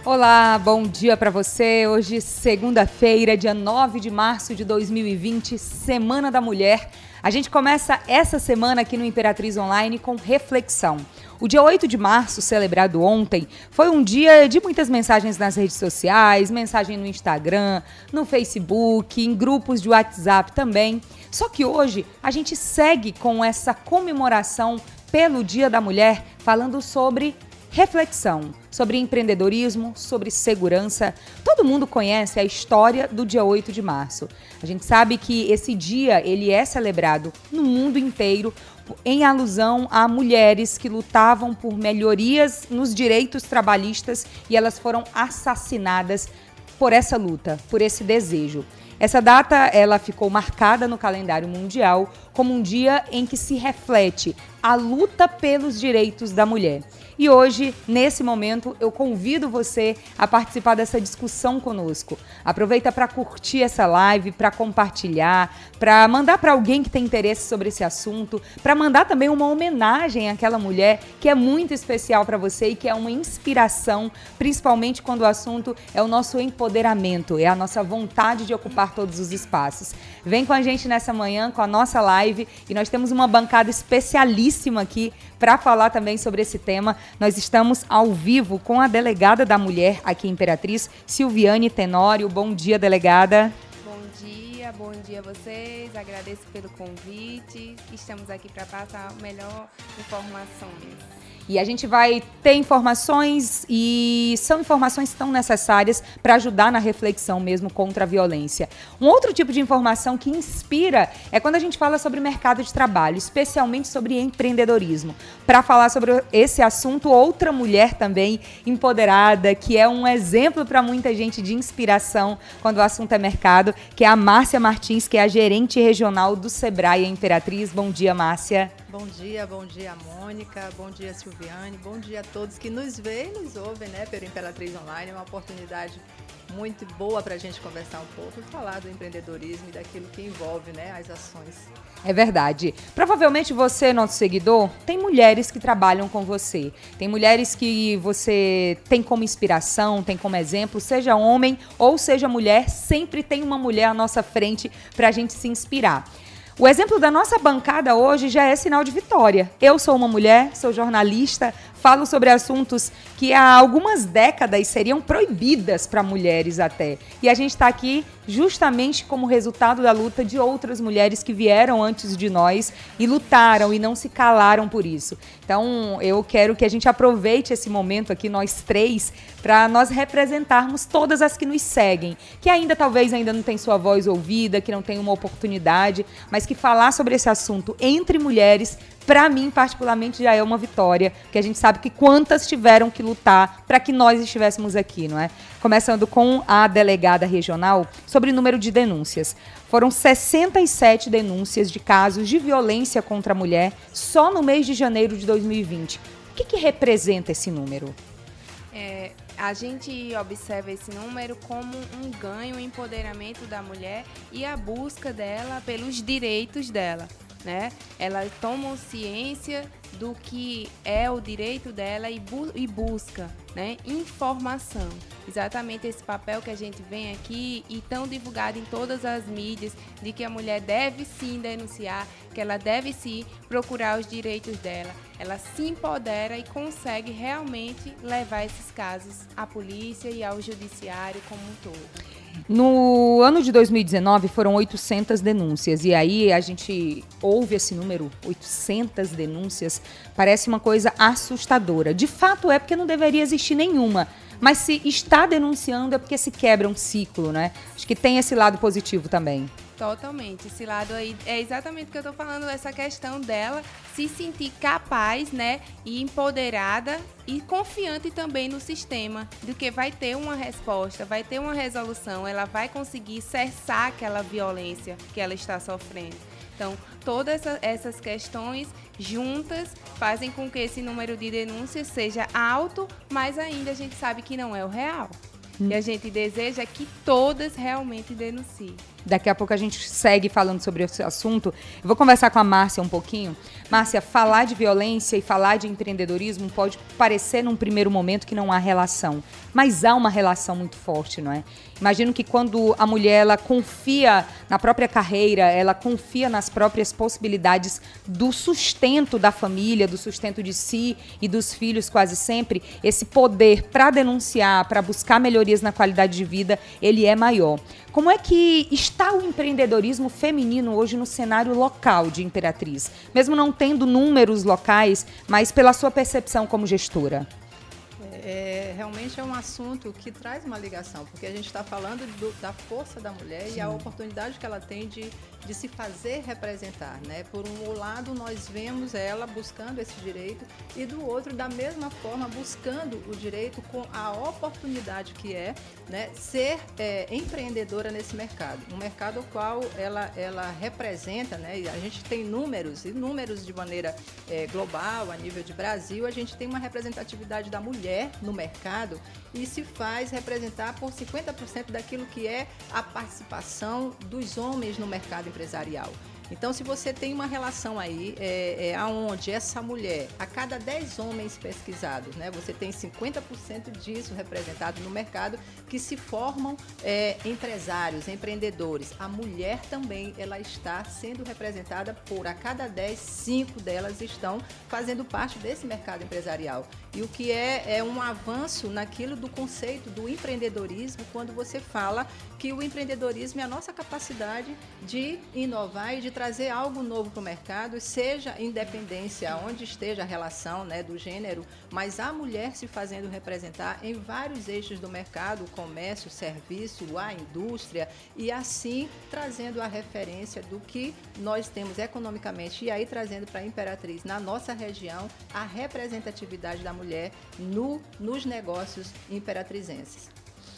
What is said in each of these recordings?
Olá, bom dia para você. Hoje, segunda-feira, dia 9 de março de 2020, Semana da Mulher. A gente começa essa semana aqui no Imperatriz Online com reflexão. O dia 8 de março, celebrado ontem, foi um dia de muitas mensagens nas redes sociais, mensagem no Instagram, no Facebook, em grupos de WhatsApp também. Só que hoje a gente segue com essa comemoração pelo Dia da Mulher, falando sobre reflexão, sobre empreendedorismo, sobre segurança. Todo mundo conhece a história do dia 8 de março. A gente sabe que esse dia ele é celebrado no mundo inteiro em alusão a mulheres que lutavam por melhorias nos direitos trabalhistas e elas foram assassinadas por essa luta, por esse desejo. Essa data ela ficou marcada no calendário mundial como um dia em que se reflete a luta pelos direitos da mulher. E hoje, nesse momento, eu convido você a participar dessa discussão conosco. Aproveita para curtir essa live, para compartilhar, para mandar para alguém que tem interesse sobre esse assunto, para mandar também uma homenagem àquela mulher que é muito especial para você e que é uma inspiração, principalmente quando o assunto é o nosso empoderamento, é a nossa vontade de ocupar todos os espaços. Vem com a gente nessa manhã, com a nossa live, e nós temos uma bancada especialíssima aqui para falar também sobre esse tema. Nós estamos ao vivo com a delegada da mulher aqui em Imperatriz, Silviane Tenório. Bom dia, delegada. Bom dia a vocês, agradeço pelo convite. Estamos aqui para passar melhor informações. E a gente vai ter informações e são informações tão necessárias para ajudar na reflexão mesmo contra a violência. Um outro tipo de informação que inspira é quando a gente fala sobre mercado de trabalho, especialmente sobre empreendedorismo. Para falar sobre esse assunto, outra mulher também empoderada, que é um exemplo para muita gente de inspiração quando o assunto é mercado, que é a Márcia Martins, que é a gerente regional do Sebrae Imperatriz. Bom dia, Márcia. Bom dia, Mônica, bom dia, Silviane, bom dia a todos que nos veem e nos ouvem, né, pelo Imperatriz Online. É uma oportunidade muito boa para a gente conversar um pouco e falar do empreendedorismo e daquilo que envolve, né, as ações. É verdade. Provavelmente você, nosso seguidor, tem mulheres que trabalham com você. Tem mulheres que você tem como inspiração, tem como exemplo, seja homem ou seja mulher, sempre tem uma mulher à nossa frente para a gente se inspirar. O exemplo da nossa bancada hoje já é sinal de vitória. Eu sou uma mulher, sou jornalista, falo sobre assuntos que há algumas décadas seriam proibidas para mulheres até. E a gente está aqui justamente como resultado da luta de outras mulheres que vieram antes de nós e lutaram e não se calaram por isso. Então, eu quero que a gente aproveite esse momento aqui, nós três, para nós representarmos todas as que nos seguem, que talvez ainda não tem sua voz ouvida, que não tem uma oportunidade, mas que falar sobre esse assunto entre mulheres, para mim, particularmente, já é uma vitória, porque a gente sabe que quantas tiveram que lutar para que nós estivéssemos aqui, não é? Começando com a delegada regional sobre o número de denúncias. Foram 67 denúncias de casos de violência contra a mulher só no mês de janeiro de 2020. O que representa esse número? A gente observa esse número como um ganho, um empoderamento da mulher e a busca dela pelos direitos dela, né? Ela toma ciência do que é o direito dela e busca, né, informação. Exatamente esse papel que a gente vem aqui e tão divulgado em todas as mídias, de que a mulher deve sim denunciar, que ela deve sim procurar os direitos dela. Ela se empodera e consegue realmente levar esses casos à polícia e ao judiciário como um todo. No ano de 2019 foram 800 denúncias e aí a gente ouve esse número, 800 denúncias, parece uma coisa assustadora. De fato é porque não deveria existir nenhuma, mas se está denunciando é porque se quebra um ciclo, né? Acho que tem esse lado positivo também. Totalmente. Esse lado aí é exatamente o que eu estou falando, essa questão dela se sentir capaz, né, e empoderada e confiante também no sistema, do que vai ter uma resposta, vai ter uma resolução, ela vai conseguir cessar aquela violência que ela está sofrendo. Então, todas essas questões juntas fazem com que esse número de denúncias seja alto, mas ainda a gente sabe que não é o real. E a gente deseja que todas realmente denunciem. Daqui a pouco a gente segue falando sobre esse assunto. Eu vou conversar com a Márcia um pouquinho. Márcia, falar de violência e falar de empreendedorismo pode parecer num primeiro momento que não há relação, mas há uma relação muito forte, não é? Imagino que quando a mulher ela confia na própria carreira, ela confia nas próprias possibilidades do sustento da família, do sustento de si e dos filhos quase sempre, esse poder para denunciar, para buscar melhorias na qualidade de vida, ele é maior. Como é que está o empreendedorismo feminino hoje no cenário local de Imperatriz? Mesmo não tendo números locais, mas pela sua percepção como gestora. Realmente é um assunto que traz uma ligação, porque a gente está falando da força da mulher. Sim. E a oportunidade que ela tem de se fazer representar, né? Por um lado, nós vemos ela buscando esse direito e do outro, da mesma forma, buscando o direito com a oportunidade que é, né, ser empreendedora nesse mercado. Um mercado ao qual ela representa, né? E a gente tem números de maneira global, a nível de Brasil, a gente tem uma representatividade da mulher no mercado e se faz representar por 50% daquilo que é a participação dos homens no mercado empresarial. Então, se você tem uma relação aí, aonde essa mulher, a cada 10 homens pesquisados, né, você tem 50% disso representado no mercado, que se formam empresários, empreendedores. A mulher também, ela está sendo representada por, a cada 10, 5 delas estão fazendo parte desse mercado empresarial. E o que é um avanço naquilo do conceito do empreendedorismo, quando você fala que o empreendedorismo é a nossa capacidade de inovar e de trazer algo novo para o mercado, seja independência, onde esteja a relação, né, do gênero, mas a mulher se fazendo representar em vários eixos do mercado, o comércio, o serviço, a indústria, e assim trazendo a referência do que nós temos economicamente, e aí trazendo para a Imperatriz, na nossa região, a representatividade da mulher nos negócios imperatrizenses.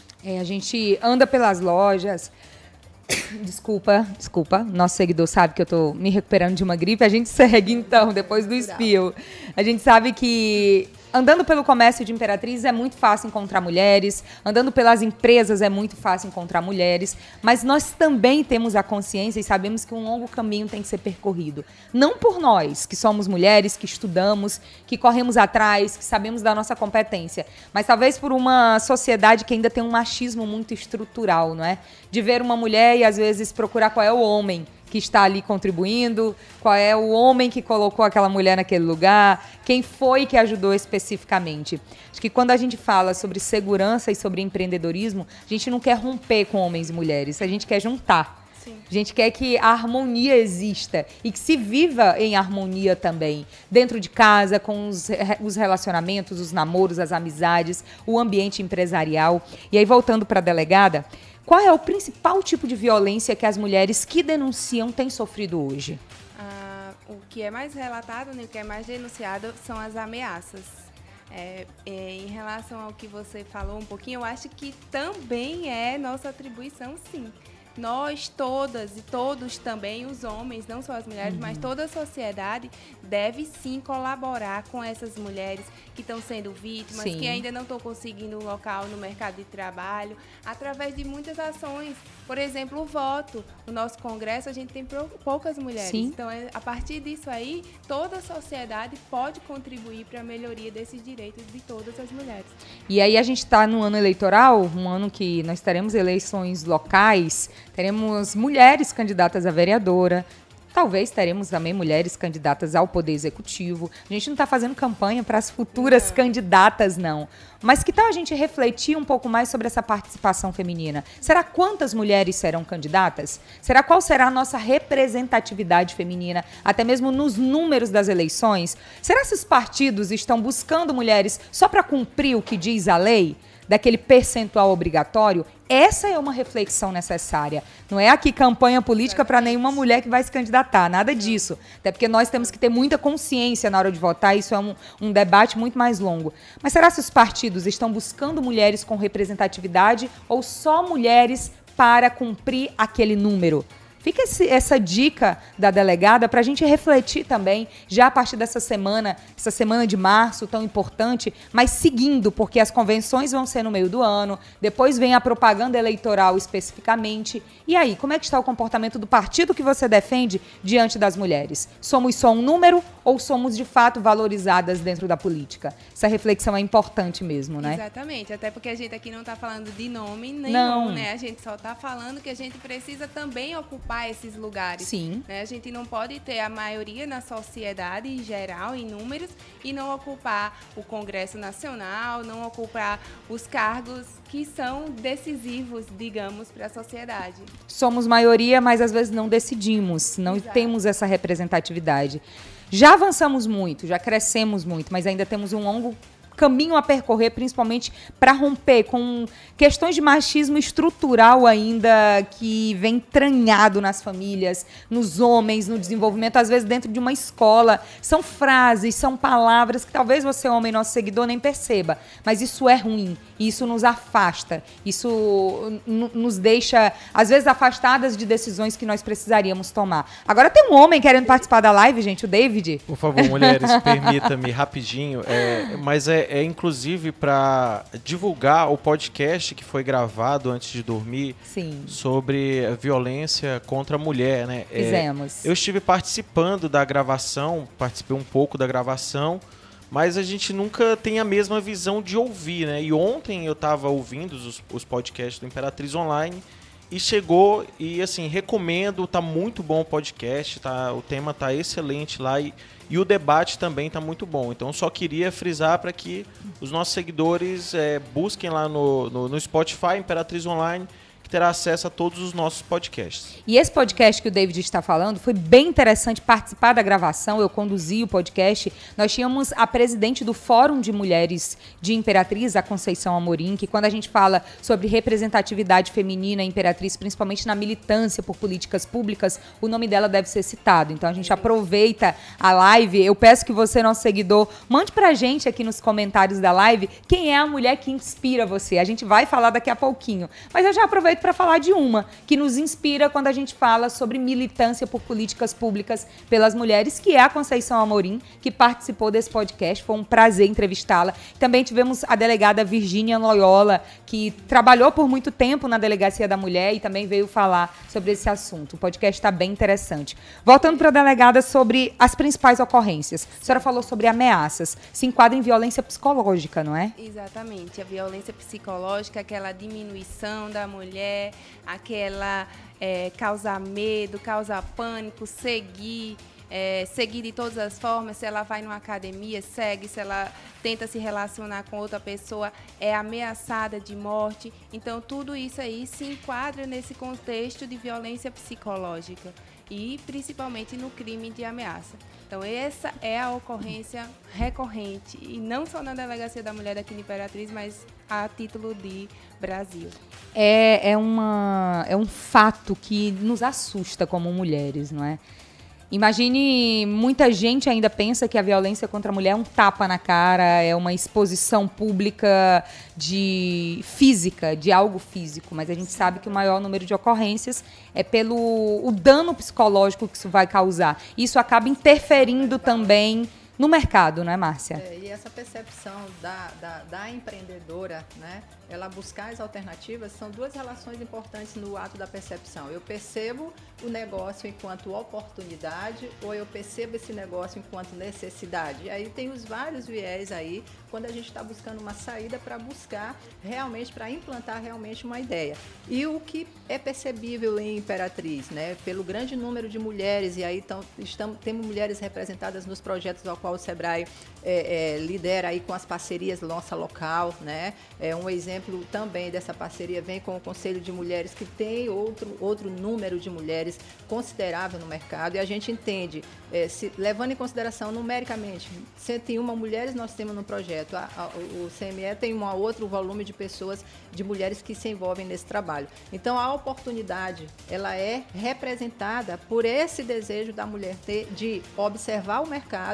A gente anda pelas lojas. Desculpa, nosso seguidor sabe que eu tô me recuperando de uma gripe, a gente segue então, depois do espio. A gente sabe que andando pelo comércio de Imperatriz é muito fácil encontrar mulheres, andando pelas empresas é muito fácil encontrar mulheres, mas nós também temos a consciência e sabemos que um longo caminho tem que ser percorrido. Não por nós, que somos mulheres, que estudamos, que corremos atrás, que sabemos da nossa competência, mas talvez por uma sociedade que ainda tem um machismo muito estrutural, não é? De ver uma mulher e às vezes procurar qual é o homem que está ali contribuindo, qual é o homem que colocou aquela mulher naquele lugar, quem foi que ajudou especificamente. Acho que quando a gente fala sobre segurança e sobre empreendedorismo, a gente não quer romper com homens e mulheres, a gente quer juntar. Sim. A gente quer que a harmonia exista e que se viva em harmonia também, dentro de casa, com os relacionamentos, os namoros, as amizades, o ambiente empresarial. E aí, voltando para a delegada, qual é o principal tipo de violência que as mulheres que denunciam têm sofrido hoje? O que é mais relatado, né, o que é mais denunciado são as ameaças. Em relação ao que você falou um pouquinho, eu acho que também é nossa atribuição, sim. Nós todas e todos também, os homens, não só as mulheres, mas toda a sociedade deve sim colaborar com essas mulheres que estão sendo vítimas, sim, que ainda não estão conseguindo um local no mercado de trabalho, através de muitas ações. Por exemplo, o voto. No nosso congresso, a gente tem poucas mulheres. Sim. Então, a partir disso aí, toda a sociedade pode contribuir para a melhoria desses direitos de todas as mulheres. E aí a gente está no ano eleitoral, um ano que nós teremos eleições locais, teremos mulheres candidatas a vereadora, talvez teremos também mulheres candidatas ao Poder Executivo. A gente não está fazendo campanha para as futuras candidatas, não. Mas que tal a gente refletir um pouco mais sobre essa participação feminina? Será quantas mulheres serão candidatas? Qual será a nossa representatividade feminina, até mesmo nos números das eleições? Será que os partidos estão buscando mulheres só para cumprir o que diz a lei? Daquele percentual obrigatório? Essa é uma reflexão necessária. Não é aqui campanha política para nenhuma mulher que vai se candidatar, nada disso. Até porque nós temos que ter muita consciência na hora de votar, isso é um debate muito mais longo. Mas será que os partidos estão buscando mulheres com representatividade ou só mulheres para cumprir aquele número? Fica essa dica da delegada para a gente refletir também, já a partir dessa semana, essa semana de março tão importante, mas seguindo, porque as convenções vão ser no meio do ano, depois vem a propaganda eleitoral especificamente. E aí, como é que está o comportamento do partido que você defende diante das mulheres? Somos só um número ou somos de fato valorizadas dentro da política? Essa reflexão é importante mesmo, né? Exatamente, até porque a gente aqui não está falando de nome nenhum, né? A gente só está falando que a gente precisa também ocupar esses lugares. Sim. Né? A gente não pode ter a maioria na sociedade em geral, em números, e não ocupar o Congresso Nacional, não ocupar os cargos que são decisivos, digamos, para a sociedade. Somos maioria, mas às vezes não decidimos, não temos essa representatividade. Já avançamos muito, já crescemos muito, mas ainda temos um longo caminho a percorrer, principalmente para romper com questões de machismo estrutural ainda que vem entranhado nas famílias, nos homens, no desenvolvimento, às vezes dentro de uma escola. São frases, são palavras que talvez você, homem, nosso seguidor, nem perceba, mas isso é ruim, isso nos afasta, isso nos deixa, às vezes, afastadas de decisões que nós precisaríamos tomar. Agora tem um homem querendo participar da live, gente, o David. Por favor, mulheres, permita-me rapidinho, mas inclusive para divulgar o podcast que foi gravado antes de dormir. Sim. Sobre a violência contra a mulher, né? Fizemos. Eu estive participando da gravação, participei um pouco da gravação, mas a gente nunca tem a mesma visão de ouvir, né? E ontem eu estava ouvindo os podcasts do Imperatriz Online e chegou, e assim, recomendo, tá muito bom o podcast, o tema tá excelente lá e o debate também tá muito bom. Então só queria frisar para que os nossos seguidores busquem lá no Spotify, Imperatriz Online, que terá acesso a todos os nossos podcasts. E esse podcast que o David está falando, foi bem interessante participar da gravação, eu conduzi o podcast. Nós tínhamos a presidente do Fórum de Mulheres de Imperatriz, a Conceição Amorim, que quando a gente fala sobre representatividade feminina em Imperatriz, principalmente na militância por políticas públicas, o nome dela deve ser citado. Então a gente aproveita a live, eu peço que você, nosso seguidor, mande pra gente aqui nos comentários da live quem é a mulher que inspira você. A gente vai falar daqui a pouquinho, mas eu já aproveito para falar de uma que nos inspira quando a gente fala sobre militância por políticas públicas pelas mulheres, que é a Conceição Amorim, que participou desse podcast. Foi um prazer entrevistá-la. Também tivemos a delegada Virgínia Loyola, que trabalhou por muito tempo na Delegacia da Mulher e também veio falar sobre esse assunto. O podcast está bem interessante. Voltando para a delegada sobre as principais ocorrências. A senhora falou sobre ameaças. Se enquadra em violência psicológica, não é? Exatamente. A violência psicológica, aquela diminuição da mulher, aquela causar medo, causar pânico, seguir de todas as formas. Se ela vai numa academia, segue. Se ela tenta se relacionar com outra pessoa, é ameaçada de morte. Então, tudo isso aí se enquadra nesse contexto de violência psicológica e principalmente no crime de ameaça. Então, essa é a ocorrência recorrente, e não só na Delegacia da Mulher daqui de Imperatriz, mas a título de Brasil. É um fato que nos assusta como mulheres, não é? Imagine, muita gente ainda pensa que a violência contra a mulher é um tapa na cara, é uma exposição pública física, de algo físico, mas a gente sabe que o maior número de ocorrências é pelo o dano psicológico que isso vai causar. Isso acaba interferindo também no mercado, não é, Márcia? E essa percepção da empreendedora, né, ela buscar as alternativas, são duas relações importantes no ato da percepção. Eu percebo o negócio enquanto oportunidade ou eu percebo esse negócio enquanto necessidade. E aí tem os vários viés aí, quando a gente está buscando uma saída para buscar realmente, para implantar realmente uma ideia. E o que é percebível em Imperatriz, né, pelo grande número de mulheres, e aí temos mulheres representadas nos projetos ao qual o Sebrae lidera aí com as parcerias Nossa Local, né? Um exemplo também dessa parceria vem com o Conselho de Mulheres, que tem outro número de mulheres considerável no mercado, e a gente entende, levando em consideração numericamente, 101 mulheres nós temos no projeto, o CME tem um outro volume de pessoas, de mulheres que se envolvem nesse trabalho. Então a oportunidade, ela é representada por esse desejo da mulher ter de observar o mercado,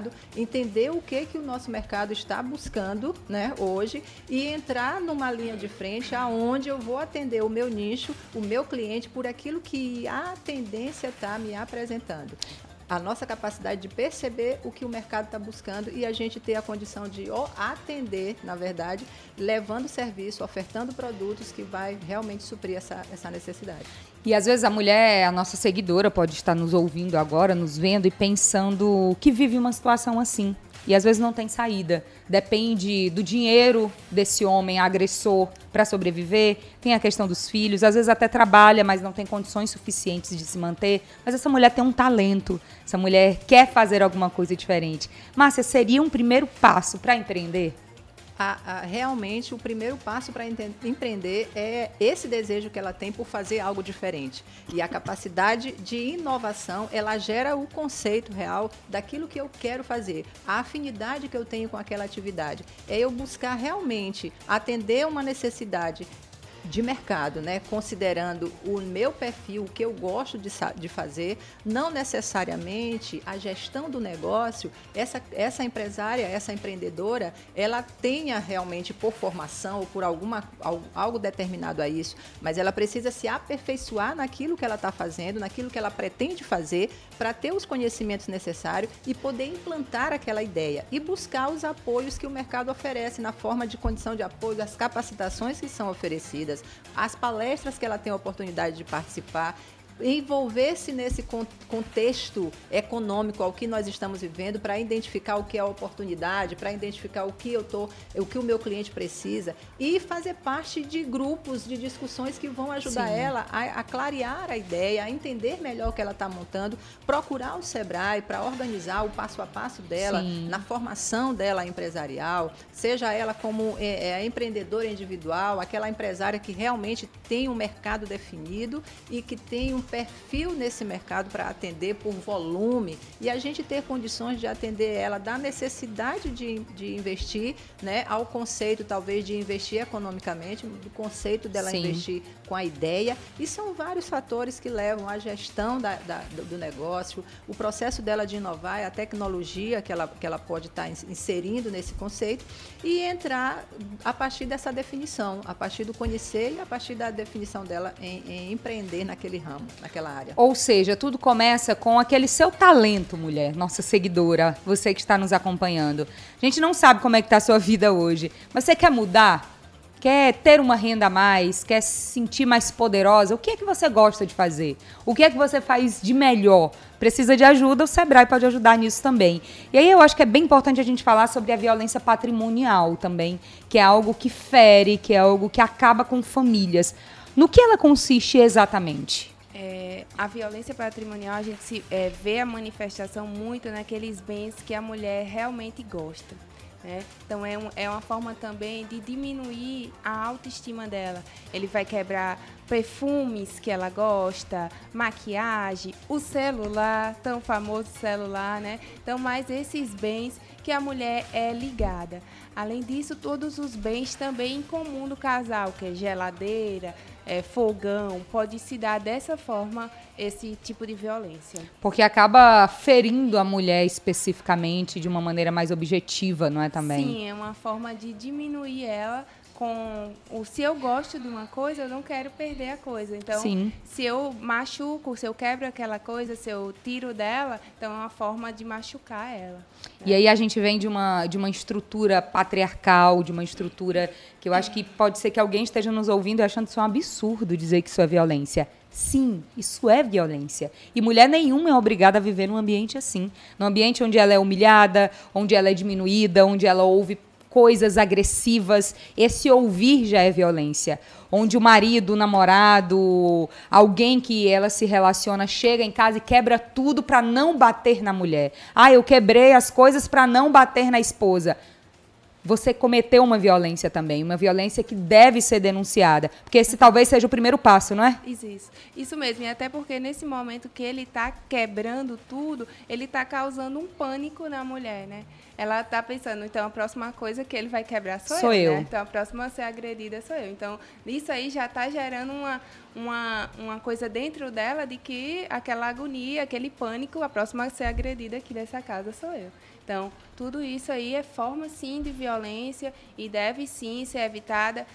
entender o que o nosso mercado está buscando, né, hoje, e entrar numa linha de frente aonde eu vou atender o meu nicho, o meu cliente, por aquilo que a tendência está me apresentando. A nossa capacidade de perceber o que o mercado está buscando e a gente ter a condição de atender, na verdade, levando serviço, ofertando produtos que vai realmente suprir essa necessidade. E às vezes a mulher, a nossa seguidora, pode estar nos ouvindo agora, nos vendo e pensando que vive uma situação assim. E às vezes não tem saída. Depende do dinheiro desse homem agressor para sobreviver. Tem a questão dos filhos. Às vezes até trabalha, mas não tem condições suficientes de se manter. Mas essa mulher tem um talento. Essa mulher quer fazer alguma coisa diferente. Márcia, seria um primeiro passo para empreender? Realmente, o primeiro passo para empreender é esse desejo que ela tem por fazer algo diferente. E a capacidade de inovação, ela gera o conceito real daquilo que eu quero fazer, a afinidade que eu tenho com aquela atividade. É eu buscar realmente atender uma necessidade de mercado, né? Considerando o meu perfil, o que eu gosto de fazer, não necessariamente a gestão do negócio, essa empresária, essa empreendedora, ela tenha realmente por formação ou por algo determinado a isso, mas ela precisa se aperfeiçoar naquilo que ela está fazendo, naquilo que ela pretende fazer, para ter os conhecimentos necessários e poder implantar aquela ideia e buscar os apoios que o mercado oferece na forma de condição de apoio, das capacitações que são oferecidas, as palestras que ela tem a oportunidade de participar, envolver-se nesse contexto econômico ao que nós estamos vivendo para identificar o que é a oportunidade, para identificar o que o meu cliente precisa e fazer parte de grupos de discussões que vão ajudar Sim. ela a clarear a ideia, a entender melhor o que ela está montando, procurar o Sebrae para organizar o passo a passo dela Sim. na formação dela empresarial, seja ela como a empreendedora individual, aquela empresária que realmente tem um mercado definido e que tem um perfil nesse mercado para atender por volume e a gente ter condições de atender ela da necessidade de investir, né, ao conceito talvez de investir economicamente, do conceito dela Sim. investir com a ideia, e são vários fatores que levam à gestão do negócio, o processo dela de inovar, a tecnologia que ela pode estar inserindo nesse conceito e entrar a partir dessa definição, a partir do conhecer e a partir da definição dela em empreender naquele ramo, naquela área. Ou seja, tudo começa com aquele seu talento, mulher, nossa seguidora, você que está nos acompanhando. A gente não sabe como é que está a sua vida hoje, mas você quer mudar? Quer ter uma renda a mais? Quer se sentir mais poderosa? O que é que você gosta de fazer? O que é que você faz de melhor? Precisa de ajuda? O Sebrae pode ajudar nisso também. E aí eu acho que é bem importante a gente falar sobre a violência patrimonial também, que é algo que fere, que é algo que acaba com famílias. No que ela consiste exatamente? A violência patrimonial, a gente vê a manifestação muito naqueles bens que a mulher realmente gosta. Então, é uma forma também de diminuir a autoestima dela. Ele vai quebrar perfumes que ela gosta, maquiagem, o celular, tão famoso celular, né? Então, mais esses bens que a mulher é ligada. Além disso, todos os bens também em comum do casal, que é geladeira, fogão, pode se dar dessa forma esse tipo de violência. Porque acaba ferindo a mulher especificamente de uma maneira mais objetiva, não é também? Sim, é uma forma de diminuir ela se eu gosto de uma coisa, eu não quero perder a coisa. Então, Sim. se eu machuco, se eu quebro aquela coisa, se eu tiro dela, então é uma forma de machucar ela. E aí a gente vem de uma estrutura patriarcal, de uma estrutura que eu acho que pode ser que alguém esteja nos ouvindo e achando isso um absurdo dizer que isso é violência. Sim, isso é violência. E mulher nenhuma é obrigada a viver num ambiente assim. Num ambiente onde ela é humilhada, onde ela é diminuída, onde ela ouve coisas agressivas. Esse ouvir já é violência. Onde o marido, o namorado, alguém que ela se relaciona, chega em casa e quebra tudo para não bater na mulher. Eu quebrei as coisas para não bater na esposa. Você cometeu uma violência também, uma violência que deve ser denunciada. Porque esse talvez seja o primeiro passo, não é? Isso mesmo. E até porque nesse momento que ele está quebrando tudo, ele está causando um pânico na mulher, né? Ela está pensando, então a próxima coisa que ele vai quebrar sou eu. Né? Então a próxima a ser agredida sou eu. Então isso aí já está gerando uma coisa dentro dela de que aquela agonia, aquele pânico, a próxima a ser agredida aqui dessa casa sou eu. Então, tudo isso aí é forma, sim, de violência e deve, sim, ser evitada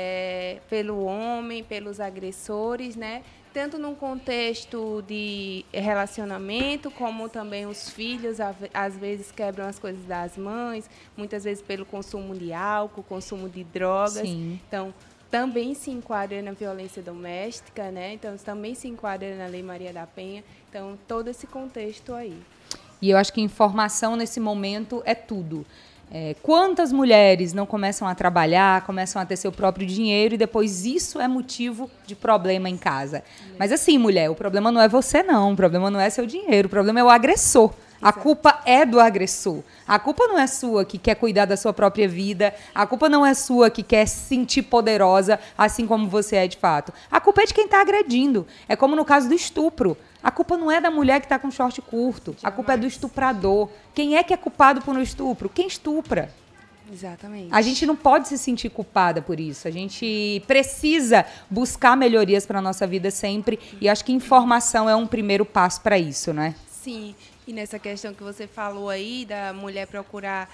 pelo homem, pelos agressores, né? Tanto num contexto de relacionamento, como também os filhos, às vezes, quebram as coisas das mães, muitas vezes pelo consumo de álcool, consumo de drogas. Sim. Então, também se enquadra na violência doméstica, né? Então, também se enquadra na Lei Maria da Penha. Então, todo esse contexto aí. E eu acho que informação nesse momento é tudo. Quantas mulheres não começam a trabalhar, começam a ter seu próprio dinheiro e depois isso é motivo de problema em casa. Mas assim, mulher, o problema não é você não, o problema não é seu dinheiro, o problema é o agressor. A culpa é do agressor. A culpa não é sua que quer cuidar da sua própria vida. A culpa não é sua que quer se sentir poderosa, assim como você é de fato. A culpa é de quem está agredindo. É como no caso do estupro. A culpa não é da mulher que está com short curto. A culpa é do estuprador. Quem é que é culpado por um estupro? Quem estupra. Exatamente. A gente não pode se sentir culpada por isso. A gente precisa buscar melhorias para a nossa vida sempre. E acho que informação é um primeiro passo para isso, né? Sim. E nessa questão que você falou aí, da mulher procurar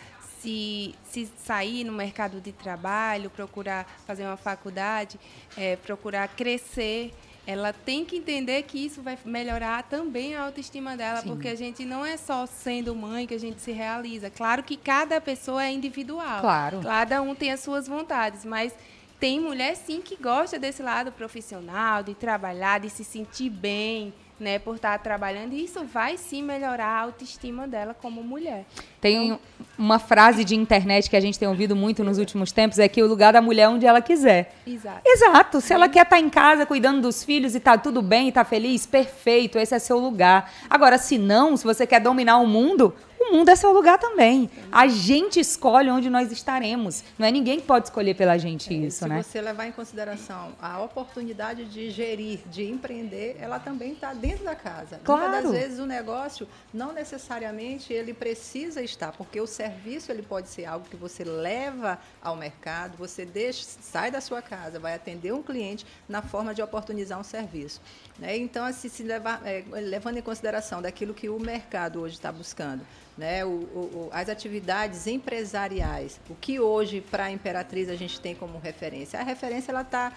se sair no mercado de trabalho, procurar fazer uma faculdade, procurar crescer, ela tem que entender que isso vai melhorar também a autoestima dela, sim, porque a gente não é só sendo mãe que a gente se realiza. Claro que cada pessoa é individual, claro, cada um tem as suas vontades, mas tem mulher, sim, que gosta desse lado profissional, de trabalhar, de se sentir bem, né, por estar trabalhando, e isso vai sim melhorar a autoestima dela como mulher. Tem uma frase de internet que a gente tem ouvido muito nos últimos tempos, é que o lugar da mulher é onde ela quiser. Exato. Exato. Se ela quer estar em casa cuidando dos filhos e tá tudo bem, e tá feliz, perfeito, esse é seu lugar. Agora, se não, se você quer dominar o mundo é seu lugar também. A gente escolhe onde nós estaremos. Não é ninguém que pode escolher pela gente isso, né? Se você levar em consideração a oportunidade de gerir, de empreender, ela também está dentro da casa. Claro. Muitas das vezes o negócio, não necessariamente ele precisa estar, porque o serviço ele pode ser algo que você leva ao mercado, você sai da sua casa, vai atender um cliente na forma de oportunizar um serviço, né? Então, assim, levando em consideração daquilo que o mercado hoje está buscando, né, as atividades empresariais, o que hoje para a Imperatriz a gente tem como referência? A referência ela está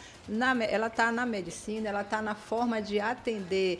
na medicina, ela está na forma de atender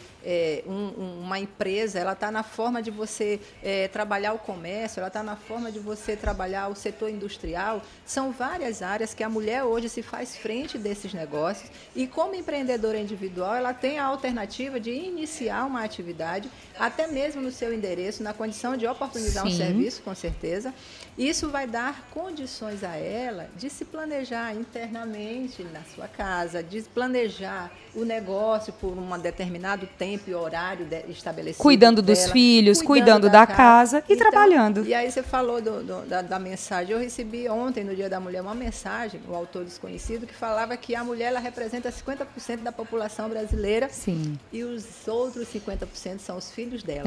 uma empresa, ela está na forma de você trabalhar o comércio, ela está na forma de você trabalhar o setor industrial. São várias áreas que a mulher hoje se faz frente desses negócios e como empreendedora individual ela tem a alternativa de iniciar uma atividade, até mesmo no seu endereço, na condição de oportunizar um serviço, com certeza. Isso vai dar condições a ela de se planejar internamente na sua casa, de planejar o negócio por um determinado tempo e horário estabelecido. Cuidando dos filhos, cuidando da casa e trabalhando. E aí você falou da mensagem. Eu recebi ontem, no Dia da Mulher, uma mensagem, o autor desconhecido, que falava que a mulher ela representa 50% da população brasileira. Sim. E os outros 50% são os filhos dela.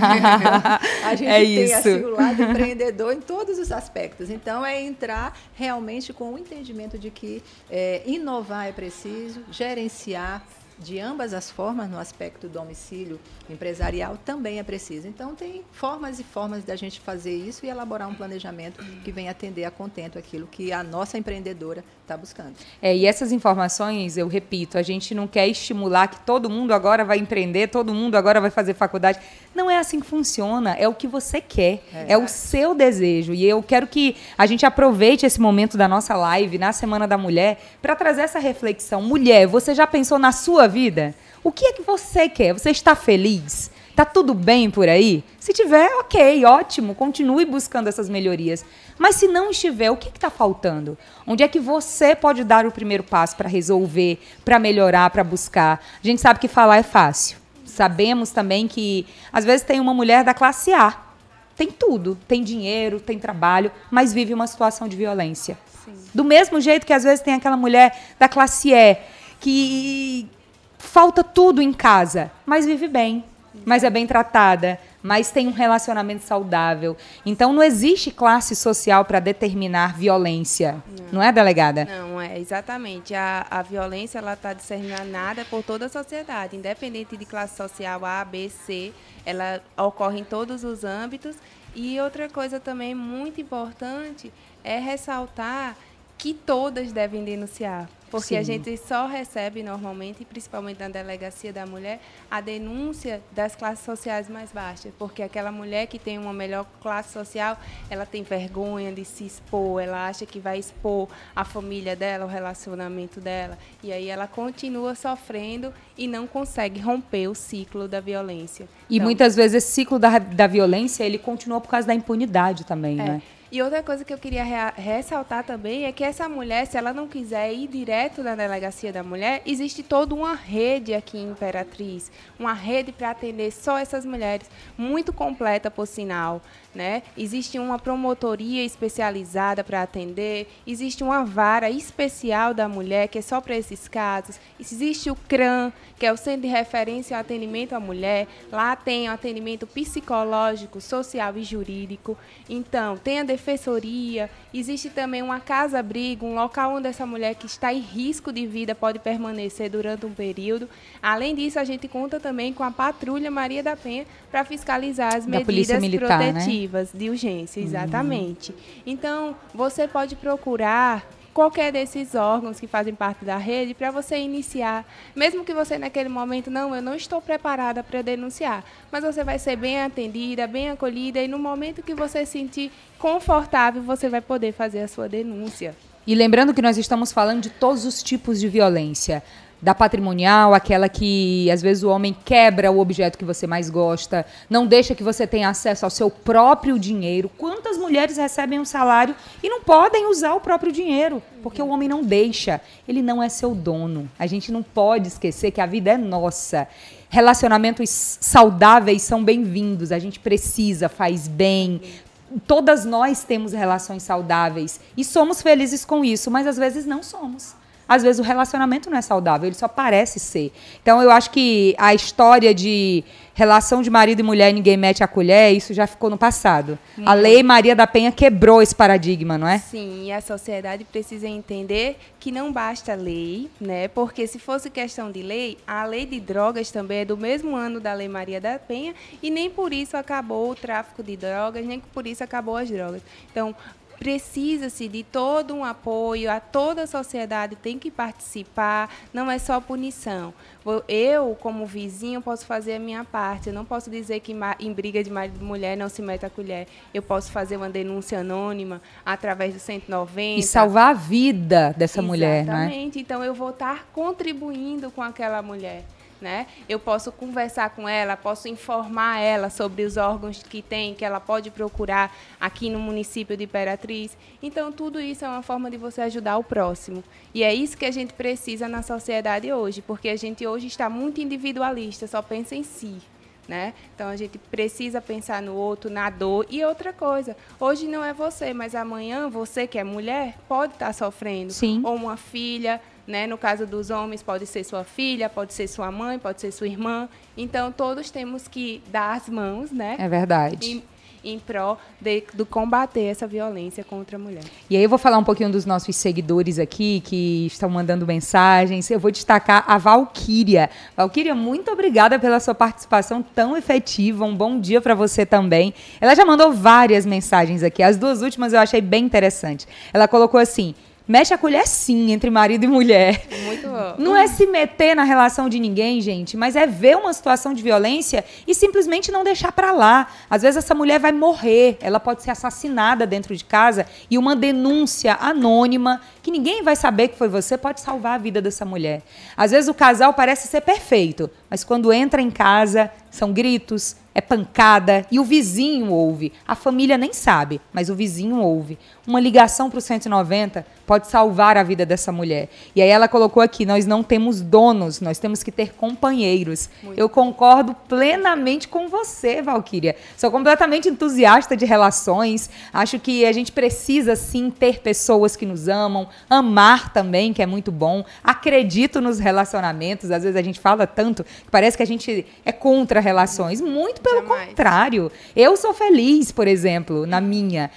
A gente tem assim, o lado empreendedor em todos os aspectos. Então, é entrar realmente com o entendimento de que inovar é preciso, gerenciar de ambas as formas, no aspecto domicílio empresarial, também é preciso. Então, tem formas e formas da gente fazer isso e elaborar um planejamento que venha atender a contento aquilo que a nossa empreendedora está buscando. E essas informações, eu repito, a gente não quer estimular que todo mundo agora vai empreender, todo mundo agora vai fazer faculdade. Não é assim que funciona, é o que você quer, é o seu desejo. E eu quero que a gente aproveite esse momento da nossa live, na Semana da Mulher, para trazer essa reflexão. Mulher, você já pensou na sua vida? O que é que você quer? Você está feliz? Tá tudo bem por aí? Se tiver, ok, ótimo, continue buscando essas melhorias. Mas se não estiver, o que está faltando? Onde é que você pode dar o primeiro passo para resolver, para melhorar, para buscar? A gente sabe que falar é fácil. Sabemos também que, às vezes, tem uma mulher da classe A. Tem tudo, tem dinheiro, tem trabalho, mas vive uma situação de violência. Sim. Do mesmo jeito que, às vezes, tem aquela mulher da classe E, que falta tudo em casa, mas vive bem, mas é bem tratada, mas tem um relacionamento saudável. Então não existe classe social para determinar violência. Não é, delegada? Não, exatamente. A violência está disseminada por toda a sociedade, independente de classe social A, B, C, ela ocorre em todos os âmbitos. E outra coisa também muito importante é ressaltar que todas devem denunciar. Porque a gente só recebe normalmente, principalmente na delegacia da mulher, a denúncia das classes sociais mais baixas. Porque aquela mulher que tem uma melhor classe social, ela tem vergonha de se expor, ela acha que vai expor a família dela, o relacionamento dela. E aí ela continua sofrendo e não consegue romper o ciclo da violência. E então, muitas vezes esse ciclo da violência, ele continua por causa da impunidade também, né? E outra coisa que eu queria ressaltar também é que essa mulher, se ela não quiser ir direto na delegacia da mulher, existe toda uma rede aqui em Imperatriz, uma rede para atender só essas mulheres, muito completa, por sinal, né? Existe uma promotoria especializada para atender, existe uma vara especial da mulher, que é só para esses casos, existe o CRAM, que é o Centro de Referência ao Atendimento à Mulher, lá tem o atendimento psicológico, social e jurídico, então tem a defensoria, existe também uma casa-abrigo, um local onde essa mulher que está em risco de vida pode permanecer durante um período. Além disso, a gente conta também com a Patrulha Maria da Penha para fiscalizar as medidas militar, protetivas, né? De urgência, exatamente. Então, você pode procurar qualquer desses órgãos que fazem parte da rede para você iniciar, mesmo que você naquele momento, eu não estou preparada para denunciar, mas você vai ser bem atendida, bem acolhida e no momento que você se sentir confortável, você vai poder fazer a sua denúncia. E lembrando que nós estamos falando de todos os tipos de violência. Da patrimonial, aquela que às vezes o homem quebra o objeto que você mais gosta, não deixa que você tenha acesso ao seu próprio dinheiro. Quantas mulheres recebem um salário e não podem usar o próprio dinheiro? Porque o homem não deixa, ele não é seu dono. A gente não pode esquecer que a vida é nossa. Relacionamentos saudáveis são bem-vindos, a gente precisa, faz bem. Todas nós temos relações saudáveis e somos felizes com isso, mas às vezes não somos. Às vezes o relacionamento não é saudável, ele só parece ser. Então eu acho que a história de relação de marido e mulher, ninguém mete a colher, isso já ficou no passado. A Lei Maria da Penha quebrou esse paradigma, não é? Sim, e a sociedade precisa entender que não basta lei, né? Porque se fosse questão de lei, a lei de drogas também é do mesmo ano da Lei Maria da Penha e nem por isso acabou o tráfico de drogas, nem por isso acabou as drogas. Então, precisa-se de todo um apoio, a toda a sociedade tem que participar, não é só punição. Eu, como vizinho, posso fazer a minha parte, eu não posso dizer que em briga de marido e mulher não se mete a colher. Eu posso fazer uma denúncia anônima através do 190. E salvar a vida dessa mulher, não é? Exatamente, então eu vou estar contribuindo com aquela mulher. Né? Eu posso conversar com ela, posso informar ela sobre os órgãos que tem, que ela pode procurar aqui no município de Imperatriz. Então, tudo isso é uma forma de você ajudar o próximo. E é isso que a gente precisa na sociedade hoje, porque a gente hoje está muito individualista, só pensa em si. Né? Então, a gente precisa pensar no outro, na dor. E outra coisa, hoje não é você, mas amanhã você que é mulher pode estar sofrendo. Sim. Ou uma filha, né? No caso dos homens, pode ser sua filha, pode ser sua mãe, pode ser sua irmã. Então, todos temos que dar as mãos, né? É verdade. Em prol do combater essa violência contra a mulher. E aí eu vou falar um pouquinho dos nossos seguidores aqui, que estão mandando mensagens. Eu vou destacar a Valquíria. Valquíria, muito obrigada pela sua participação tão efetiva. Um bom dia para você também. Ela já mandou várias mensagens aqui. As duas últimas eu achei bem interessante. Ela colocou assim: mexe a colher sim entre marido e mulher. Muito bom. Não é se meter na relação de ninguém, gente, mas é ver uma situação de violência e simplesmente não deixar pra lá. Às vezes essa mulher vai morrer, ela pode ser assassinada dentro de casa e uma denúncia anônima, que ninguém vai saber que foi você, pode salvar a vida dessa mulher. Às vezes o casal parece ser perfeito, mas quando entra em casa, são gritos, é pancada e o vizinho ouve. A família nem sabe, mas o vizinho ouve. Uma ligação para o 190 pode salvar a vida dessa mulher. E aí ela colocou aqui, nós não temos donos, nós temos que ter companheiros. Eu concordo plenamente com você, Valquíria. Sou completamente entusiasta de relações. Acho que a gente precisa, sim, ter pessoas que nos amam, amar também, que é muito bom. Acredito nos relacionamentos. Às vezes a gente fala tanto que parece que a gente é contra relações. Muito pelo contrário. Eu sou feliz, por exemplo, na minha.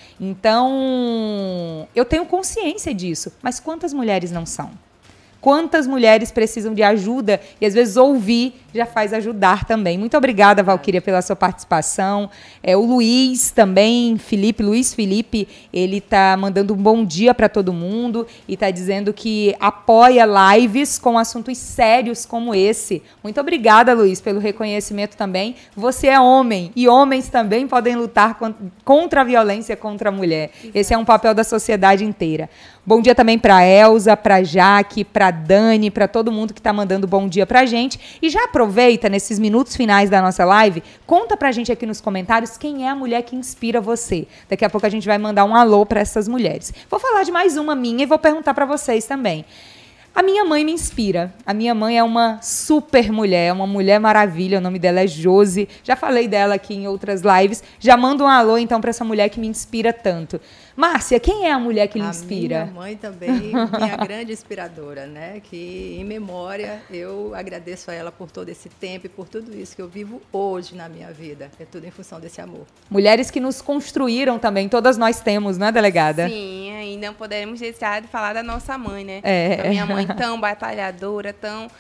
Então, eu tenho consciência disso. Mas quantas mulheres não são? Quantas mulheres precisam de ajuda e, às vezes, ouvir já faz ajudar também. Muito obrigada, Valquíria, pela sua participação. O Luiz também, Luiz Felipe, ele está mandando um bom dia para todo mundo e está dizendo que apoia lives com assuntos sérios como esse. Muito obrigada, Luiz, pelo reconhecimento também. Você é homem e homens também podem lutar contra a violência contra a mulher. Esse é um papel da sociedade inteira. Bom dia também para a Elza, para a Jaque, para a Dani, para todo mundo que está mandando bom dia para a gente. E já aproveita, nesses minutos finais da nossa live, conta para a gente aqui nos comentários quem é a mulher que inspira você. Daqui a pouco a gente vai mandar um alô para essas mulheres. Vou falar de mais uma minha e vou perguntar para vocês também. A minha mãe me inspira. A minha mãe é uma super mulher, uma mulher maravilha. O nome dela é Josi. Já falei dela aqui em outras lives. Já mando um alô, então, para essa mulher que me inspira tanto. Márcia, quem é a mulher que lhe inspira? A minha mãe também, minha grande inspiradora, né? Que, em memória, eu agradeço a ela por todo esse tempo e por tudo isso que eu vivo hoje na minha vida. É tudo em função desse amor. Mulheres que nos construíram também, todas nós temos, né, delegada? Sim, e não podemos deixar de falar da nossa mãe, né? A minha mãe tão batalhadora,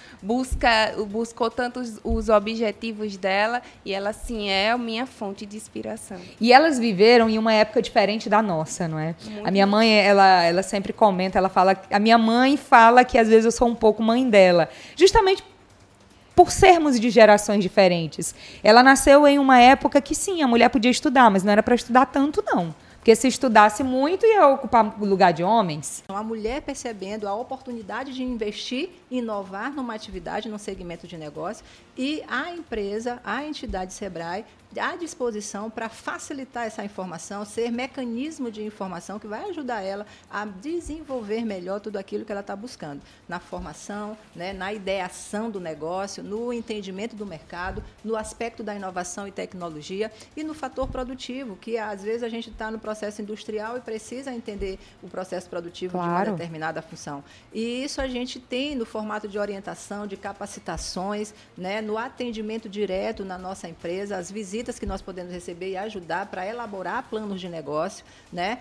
buscou tantos os objetivos dela e ela, sim, é a minha fonte de inspiração. E elas viveram em uma época diferente da nossa, não é? Muito. A minha mãe, ela sempre comenta, ela fala, a minha mãe fala que às vezes eu sou um pouco mãe dela, justamente por sermos de gerações diferentes. Ela nasceu em uma época que sim, a mulher podia estudar, mas não era para estudar tanto, não. Porque se estudasse muito, ia ocupar o lugar de homens. A mulher percebendo a oportunidade de investir, inovar numa atividade, num segmento de negócio, e a empresa, a entidade Sebrae, à disposição para facilitar essa informação, ser mecanismo de informação que vai ajudar ela a desenvolver melhor tudo aquilo que ela está buscando. Na formação, né, na ideação do negócio, no entendimento do mercado, no aspecto da inovação e tecnologia e no fator produtivo, que às vezes a gente está no processo industrial e precisa entender o processo produtivo de uma determinada função. E isso a gente tem no formato de orientação, de capacitações, né, no atendimento direto na nossa empresa, as visitas que nós podemos receber e ajudar para elaborar planos de negócio, né?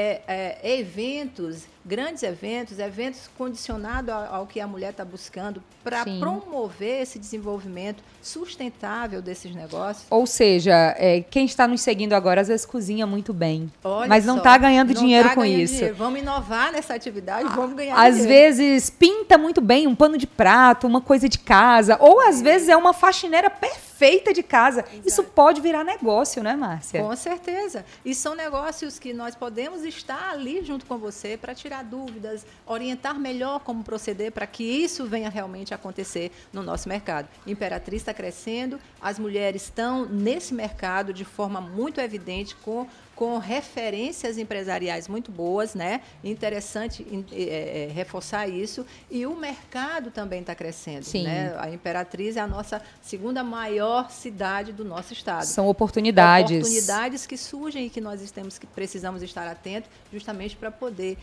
Eventos, grandes eventos condicionados ao que a mulher está buscando para promover esse desenvolvimento sustentável desses negócios. Ou seja, quem está nos seguindo agora às vezes cozinha muito bem, mas não está ganhando dinheiro com isso. Dinheiro. Vamos inovar nessa atividade, vamos ganhar dinheiro. Às vezes pinta muito bem um pano de prato, uma coisa de casa, ou às vezes é uma faxineira perfeita de casa. Exato. Isso pode virar negócio, né, Márcia? Com certeza. E são negócios que nós podemos estar ali junto com você para tirar dúvidas, orientar melhor como proceder para que isso venha realmente acontecer no nosso mercado. Imperatriz está crescendo, as mulheres estão nesse mercado de forma muito evidente, com referências empresariais muito boas, né? Interessante reforçar isso. E o mercado também está crescendo. Né? A Imperatriz é a nossa segunda maior cidade do nosso estado. São oportunidades. Oportunidades que surgem e que nós precisamos estar atentos justamente para poder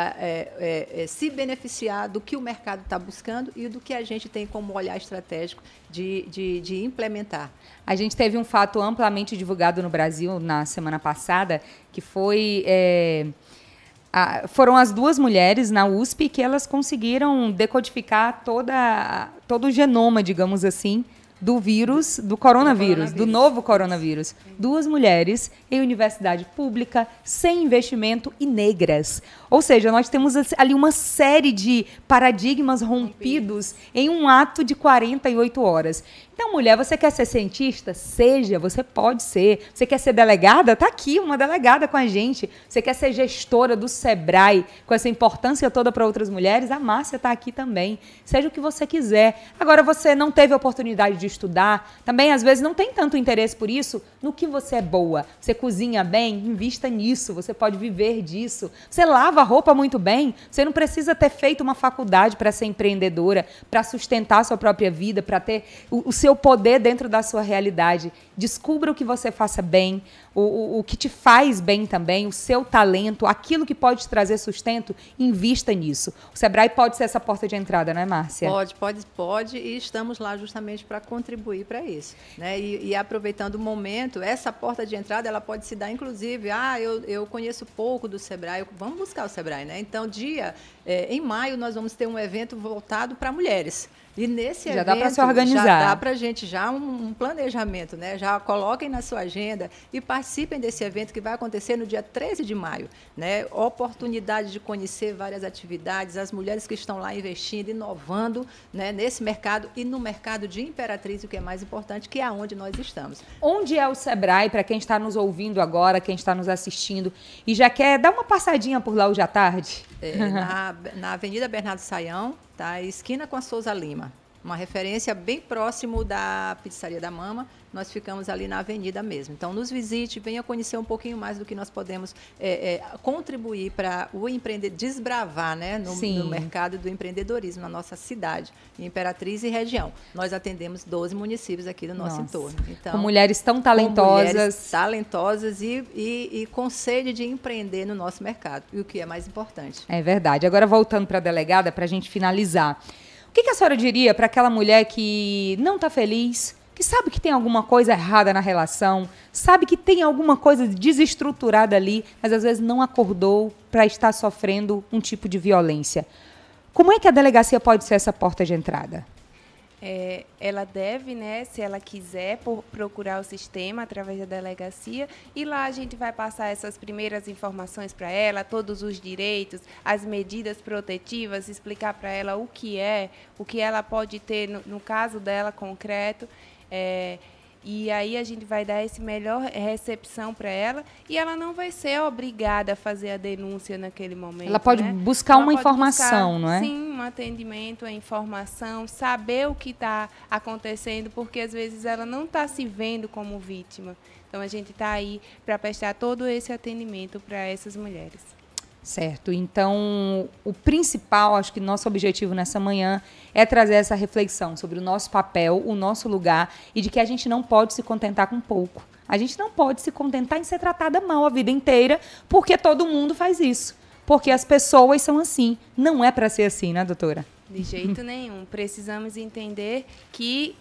se beneficiar do que o mercado está buscando e do que a gente tem como olhar estratégico de implementar. A gente teve um fato amplamente divulgado no Brasil na semana passada, que foi... foram as duas mulheres na USP que elas conseguiram decodificar todo o genoma, digamos assim, do vírus, do coronavírus, do novo coronavírus. Duas mulheres em universidade pública, sem investimento e negras. Ou seja, nós temos ali uma série de paradigmas rompidos em um ato de 48 horas. Então, mulher, você quer ser cientista? Seja, você pode ser. Você quer ser delegada? Está aqui uma delegada com a gente. Você quer ser gestora do Sebrae, com essa importância toda para outras mulheres? A Márcia está aqui também. Seja o que você quiser. Agora, você não teve a oportunidade de estudar, também às vezes não tem tanto interesse por isso, no que você é boa. Você cozinha bem? Invista nisso, você pode viver disso. Você lava a roupa muito bem? Você não precisa ter feito uma faculdade para ser empreendedora, para sustentar a sua própria vida, para ter o seu poder dentro da sua realidade. Descubra o que você faça bem, o que te faz bem também, o seu talento, aquilo que pode te trazer sustento, invista nisso. O Sebrae pode ser essa porta de entrada, não é, Márcia? Pode, e estamos lá justamente para contribuir para isso, né? E aproveitando o momento, essa porta de entrada, ela pode se dar, inclusive, eu conheço pouco do Sebrae, vamos buscar o Sebrae, né? Então, em maio, nós vamos ter um evento voltado para mulheres. E nesse evento, dá para se organizar. Já dá para a gente um planejamento, né? Já coloquem na sua agenda e participem desse evento que vai acontecer no dia 13 de maio, né? Oportunidade de conhecer várias atividades, as mulheres que estão lá investindo, inovando, né? Nesse mercado e no mercado de Imperatriz, o que é mais importante, que é onde nós estamos. Onde é o Sebrae, para quem está nos ouvindo agora, quem está nos assistindo e já quer dar uma passadinha por lá hoje à tarde? Na Avenida Bernardo Saião, tá? Esquina com a Souza Lima. Uma referência bem próximo da Pizzaria da Mama. Nós ficamos ali na avenida mesmo. Então, nos visite, venha conhecer um pouquinho mais do que nós podemos contribuir para o empreender, desbravar, né, no mercado do empreendedorismo na nossa cidade, Imperatriz e região. Nós atendemos 12 municípios aqui do nosso entorno. Então, com mulheres tão talentosas. Com mulheres talentosas e com sede de empreender no nosso mercado. E o que é mais importante. É verdade. Agora, voltando para a delegada, para a gente finalizar. O que a senhora diria para aquela mulher que não está feliz, que sabe que tem alguma coisa errada na relação, sabe que tem alguma coisa desestruturada ali, mas às vezes não acordou para estar sofrendo um tipo de violência? Como é que a delegacia pode ser essa porta de entrada? Ela deve, né, se ela quiser, procurar o sistema através da delegacia, e lá a gente vai passar essas primeiras informações para ela, todos os direitos, as medidas protetivas, explicar para ela o que ela pode ter no caso dela concreto. E aí a gente vai dar essa melhor recepção para ela, e ela não vai ser obrigada a fazer a denúncia naquele momento. Ela pode buscar uma informação, não é? Sim, um atendimento, a informação, saber o que está acontecendo, porque às vezes ela não está se vendo como vítima. Então a gente está aí para prestar todo esse atendimento para essas mulheres. Certo. Então, o principal, acho que nosso objetivo nessa manhã é trazer essa reflexão sobre o nosso papel, o nosso lugar, e de que a gente não pode se contentar com pouco. A gente não pode se contentar em ser tratada mal a vida inteira, porque todo mundo faz isso. Porque as pessoas são assim. Não é para ser assim, né, doutora? De jeito nenhum. Precisamos entender que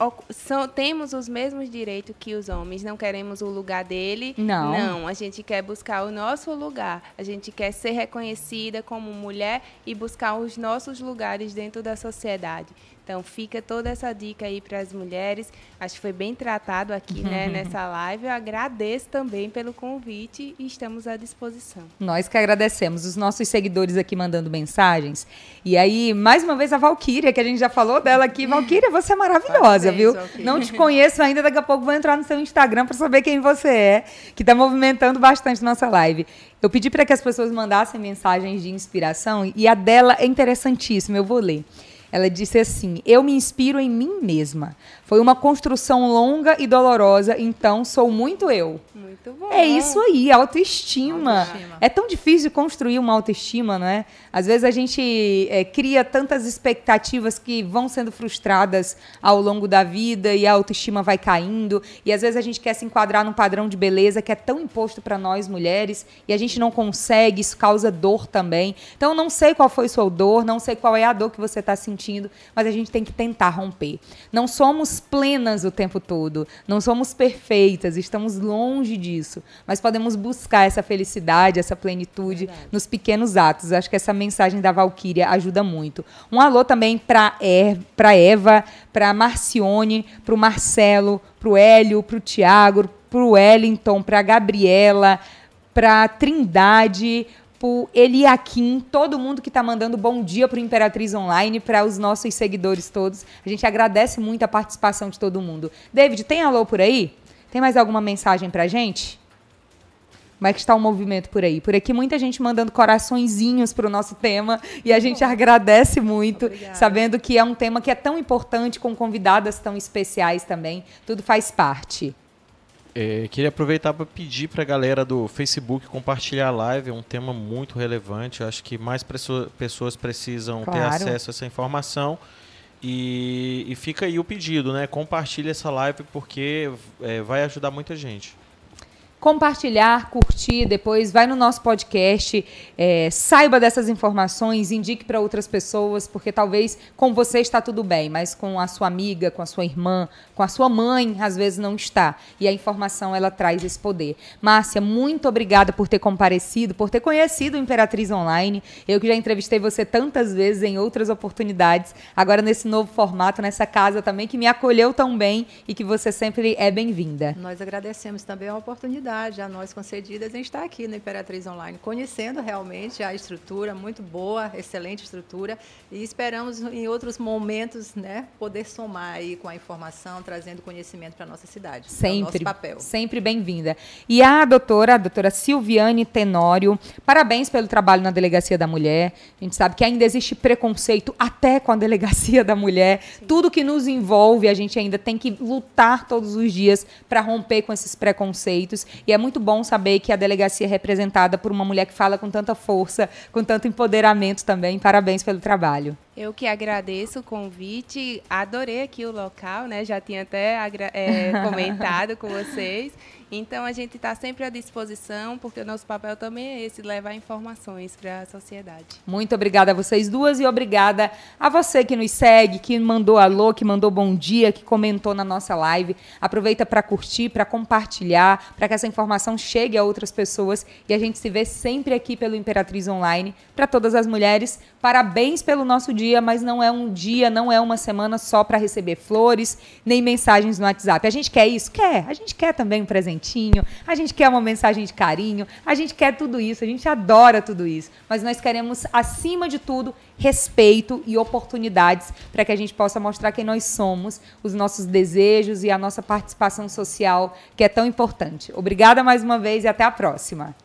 temos os mesmos direitos que os homens. Não queremos o lugar dele. Não, a gente quer buscar o nosso lugar. A gente quer ser reconhecida como mulher e buscar os nossos lugares dentro da sociedade. Então, fica toda essa dica aí para as mulheres. Acho que foi bem tratado aqui, né, nessa live. Eu agradeço também pelo convite e estamos à disposição. Nós que agradecemos. Os nossos seguidores aqui mandando mensagens. E aí, mais uma vez, a Valquíria, que a gente já falou dela aqui. Valquíria, você é maravilhosa, parabéns, viu? Valquíria. Não te conheço ainda, daqui a pouco vou entrar no seu Instagram para saber quem você é, que está movimentando bastante nossa live. Eu pedi para que as pessoas mandassem mensagens de inspiração e a dela é interessantíssima, eu vou ler. Ela disse assim: eu me inspiro em mim mesma. Foi uma construção longa e dolorosa, então sou muito eu. Muito bom. É isso aí, autoestima. É tão difícil construir uma autoestima, não é? Às vezes a gente cria tantas expectativas que vão sendo frustradas ao longo da vida e a autoestima vai caindo. E às vezes a gente quer se enquadrar num padrão de beleza que é tão imposto para nós mulheres e a gente não consegue, isso causa dor também. Então eu não sei qual foi sua dor, não sei qual é a dor que você está sentindo, mas a gente tem que tentar romper. Não somos plenas o tempo todo, não somos perfeitas, estamos longe disso, mas podemos buscar essa felicidade, essa plenitude nos pequenos atos. Acho que essa mensagem da Valquíria ajuda muito. Um alô também para Eva, para Marcione, para o Marcelo, para o Hélio, para o Tiago, para o Wellington, para a Gabriela, para a Trindade, para Eliakim, todo mundo que está mandando bom dia para o Imperatriz Online, para os nossos seguidores todos. A gente agradece muito a participação de todo mundo. David, tem alô por aí? Tem mais alguma mensagem para a gente? Como é que está o movimento por aí? Por aqui, muita gente mandando coraçõezinhos para o nosso tema e a gente agradece muito, sabendo que é um tema que é tão importante, com convidadas tão especiais também. Tudo faz parte. Queria aproveitar para pedir para a galera do Facebook compartilhar a live. É um tema muito relevante. Eu acho que mais pessoas precisam ter acesso a essa informação. E fica aí o pedido, né? Compartilhe essa live porque vai ajudar muita gente. Compartilhar, curtir, depois vai no nosso podcast, saiba dessas informações, indique para outras pessoas, porque talvez com você está tudo bem, mas com a sua amiga, com a sua irmã, com a sua mãe, às vezes não está. E a informação, ela traz esse poder. Márcia, muito obrigada por ter comparecido, por ter conhecido o Imperatriz Online. Eu que já entrevistei você tantas vezes em outras oportunidades, agora nesse novo formato, nessa casa também, que me acolheu tão bem e que você sempre é bem-vinda. Nós agradecemos também a oportunidade a nós concedidas em estar aqui no Imperatriz Online, conhecendo realmente a estrutura muito boa, excelente estrutura, e esperamos em outros momentos, né, poder somar aí com a informação, trazendo conhecimento para a nossa cidade. Sempre, é o nosso papel. Sempre bem-vinda. E a doutora Silviane Tenório, parabéns pelo trabalho na Delegacia da Mulher. A gente sabe que ainda existe preconceito até com a Delegacia da Mulher. Sim. Tudo que nos envolve, a gente ainda tem que lutar todos os dias para romper com esses preconceitos. E é muito bom saber que a delegacia é representada por uma mulher que fala com tanta força, com tanto empoderamento também. Parabéns pelo trabalho. Eu que agradeço o convite, adorei aqui o local, né? Já tinha até comentado com vocês. Então, a gente está sempre à disposição, porque o nosso papel também é esse, levar informações para a sociedade. Muito obrigada a vocês duas e obrigada a você que nos segue, que mandou alô, que mandou bom dia, que comentou na nossa live. Aproveita para curtir, para compartilhar, para que essa informação chegue a outras pessoas e a gente se vê sempre aqui pelo Imperatriz Online. Para todas as mulheres, parabéns pelo nosso dia, mas não é um dia, não é uma semana só para receber flores, nem mensagens no WhatsApp. A gente quer isso? Quer. A gente quer também um presente. A gente quer uma mensagem de carinho, a gente quer tudo isso, a gente adora tudo isso, mas nós queremos, acima de tudo, respeito e oportunidades para que a gente possa mostrar quem nós somos, os nossos desejos e a nossa participação social, que é tão importante. Obrigada mais uma vez e até a próxima.